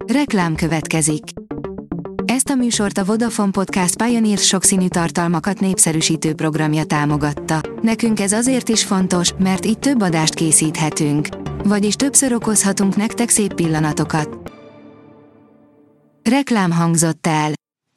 Reklám következik. Ezt a műsort a Vodafone Podcast Pioneer sokszínű tartalmakat népszerűsítő programja támogatta. Nekünk ez azért is fontos, mert így több adást készíthetünk. Vagyis többször okozhatunk nektek szép pillanatokat. Reklám hangzott el.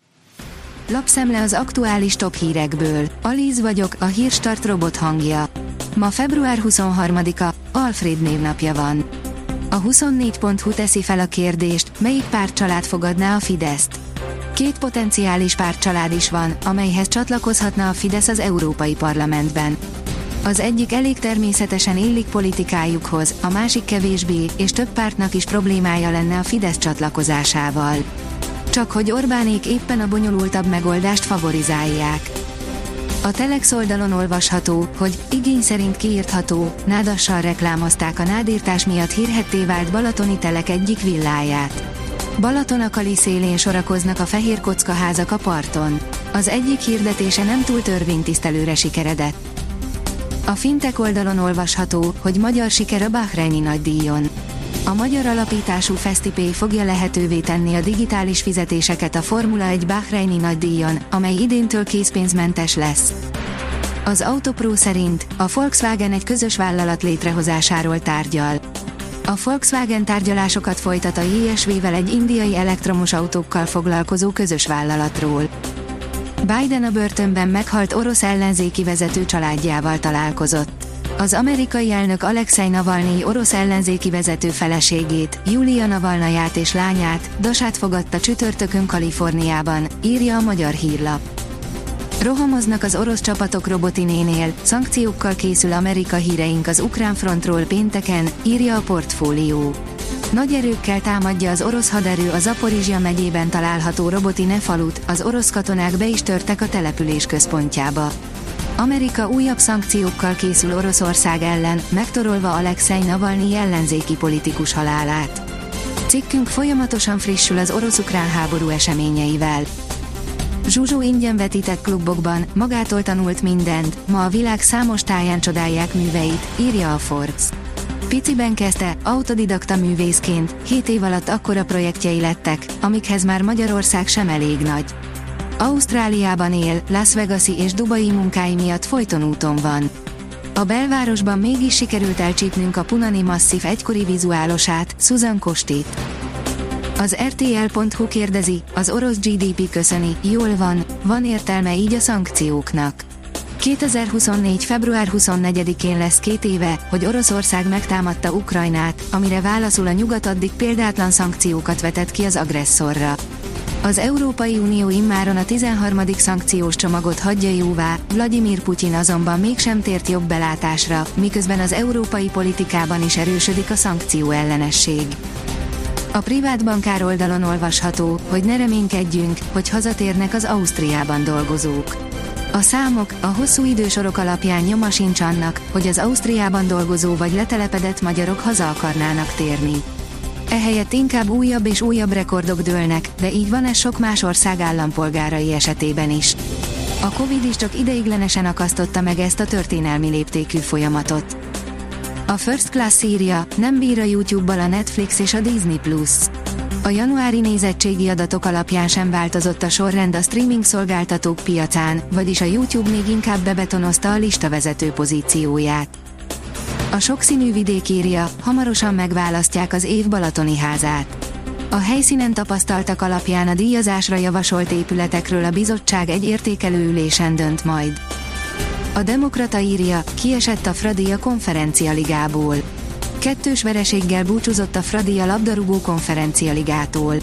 Lapszemle az aktuális top hírekből. Alíz vagyok, a Hírstart robot hangja. Ma február 23-a, Alfred névnapja van. A 24.hu teszi fel a kérdést, melyik pártcsalád fogadná a Fideszt. Két potenciális pártcsalád is van, amelyhez csatlakozhatna a Fidesz az Európai Parlamentben. Az egyik elég természetesen illik politikájukhoz, a másik kevésbé, és több pártnak is problémája lenne a Fidesz csatlakozásával. Csak hogy Orbánék éppen a bonyolultabb megoldást favorizálják. A Telex oldalon olvasható, hogy igény szerint kiírtható, nádassal reklámozták a nádírtás miatt hírhedté vált balatoni telek egyik villáját. Balatonakali szélén sorakoznak a fehér kockaházak a parton. Az egyik hirdetése nem túl törvénytisztelőre sikeredett. A Fintech oldalon olvasható, hogy magyar siker a Bahreini nagydíjon. A magyar alapítású FesztiPay fogja lehetővé tenni a digitális fizetéseket a Formula 1 Bahreini nagydíjon, amely idéntől készpénzmentes lesz. Az Autopro szerint a Volkswagen egy közös vállalat létrehozásáról tárgyal. A Volkswagen tárgyalásokat folytat a JSW-vel egy indiai elektromos autókkal foglalkozó közös vállalatról. Biden a börtönben meghalt orosz ellenzéki vezető családjával találkozott. Az amerikai elnök Alexei Navalnyi orosz ellenzéki vezető feleségét, Julia Navalnaját és lányát, Dasát fogadta csütörtökön Kaliforniában, írja a Magyar Hírlap. Rohamoznak az orosz csapatok Robotinénél, szankciókkal készül Amerika híreink az ukrán frontról pénteken, írja a Portfólió. Nagy erőkkel támadja az orosz haderő a Zaporizsja megyében található Robotine falut, az orosz katonák be is törtek a település központjába. Amerika újabb szankciókkal készül Oroszország ellen, megtorolva Alexei Navalnyi ellenzéki politikus halálát. Cikkünk folyamatosan frissül az orosz-ukrán háború eseményeivel. Zsuzsó ingyen vetített klubokban, magától tanult mindent, ma a világ számos táján csodálják műveit, írja a Forbes. Piciben kezdte, autodidakta művészként, 7 év alatt akkora projektjei lettek, amikhez már Magyarország sem elég nagy. Ausztráliában él, Las Vegasi és Dubai munkái miatt folyton úton van. A belvárosban mégis sikerült elcsípnünk a Punani Masszív egykori vizuálosát, Susan Kostit. Az RTL.hu kérdezi, az orosz GDP köszöni, jól van értelme így a szankcióknak. 2024. február 24-én lesz 2 éve, hogy Oroszország megtámadta Ukrajnát, amire válaszul a nyugat addig példátlan szankciókat vetett ki az agresszorra. Az Európai Unió immáron a 13. szankciós csomagot hagyja jóvá, Vladimir Putyin azonban mégsem tért jobb belátásra, miközben az európai politikában is erősödik a szankció ellenesség. A privát bankár oldalon olvasható, hogy ne reménykedjünk, hogy hazatérnek az Ausztriában dolgozók. A számok, a hosszú idősorok alapján nyoma sincs annak, hogy az Ausztriában dolgozó vagy letelepedett magyarok haza akarnának térni. Ehelyett inkább újabb és újabb rekordok dőlnek, de így van ez sok más ország állampolgárai esetében is. A Covid is csak ideiglenesen akasztotta meg ezt a történelmi léptékű folyamatot. A First Class írja, nem bír a YouTube-bal a Netflix és a Disney+. A januári nézettségi adatok alapján sem változott a sorrend a streaming szolgáltatók piacán, vagyis a YouTube még inkább bebetonozta a listavezető pozícióját. A sokszínű vidék írja, hamarosan megválasztják az év balatoni házát. A helyszínen tapasztaltak alapján a díjazásra javasolt épületekről a bizottság egy értékelő ülésen dönt majd. A Demokrata írja, kiesett a Fradi a konferencialigából. 2-2 vereséggel búcsúzott a Fradi a labdarúgó konferencialigától.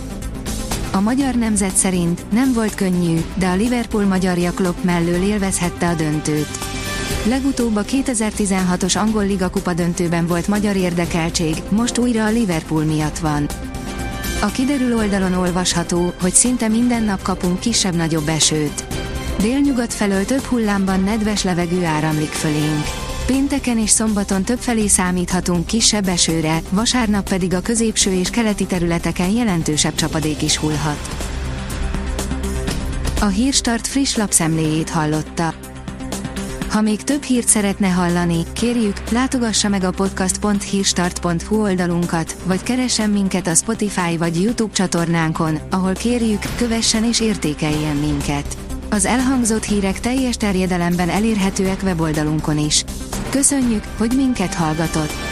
A Magyar Nemzet szerint nem volt könnyű, de a Liverpool magyarja Klopp mellől élvezhette a döntőt. Legutóbb a 2016-os angol ligakupa döntőben volt magyar érdekeltség, most újra a Liverpool miatt van. A kiderül oldalon olvasható, hogy szinte minden nap kapunk kisebb-nagyobb esőt. Délnyugat felől több hullámban nedves levegő áramlik fölénk. Pénteken és szombaton többfelé számíthatunk kisebb esőre, vasárnap pedig a középső és keleti területeken jelentősebb csapadék is hullhat. A Hírstart friss lapszemléjét hallotta. Ha még több hírt szeretne hallani, kérjük, látogassa meg a podcast.hírstart.hu oldalunkat, vagy keressen minket a Spotify vagy YouTube csatornánkon, ahol kérjük, kövessen és értékeljen minket. Az elhangzott hírek teljes terjedelemben elérhetőek weboldalunkon is. Köszönjük, hogy minket hallgatott!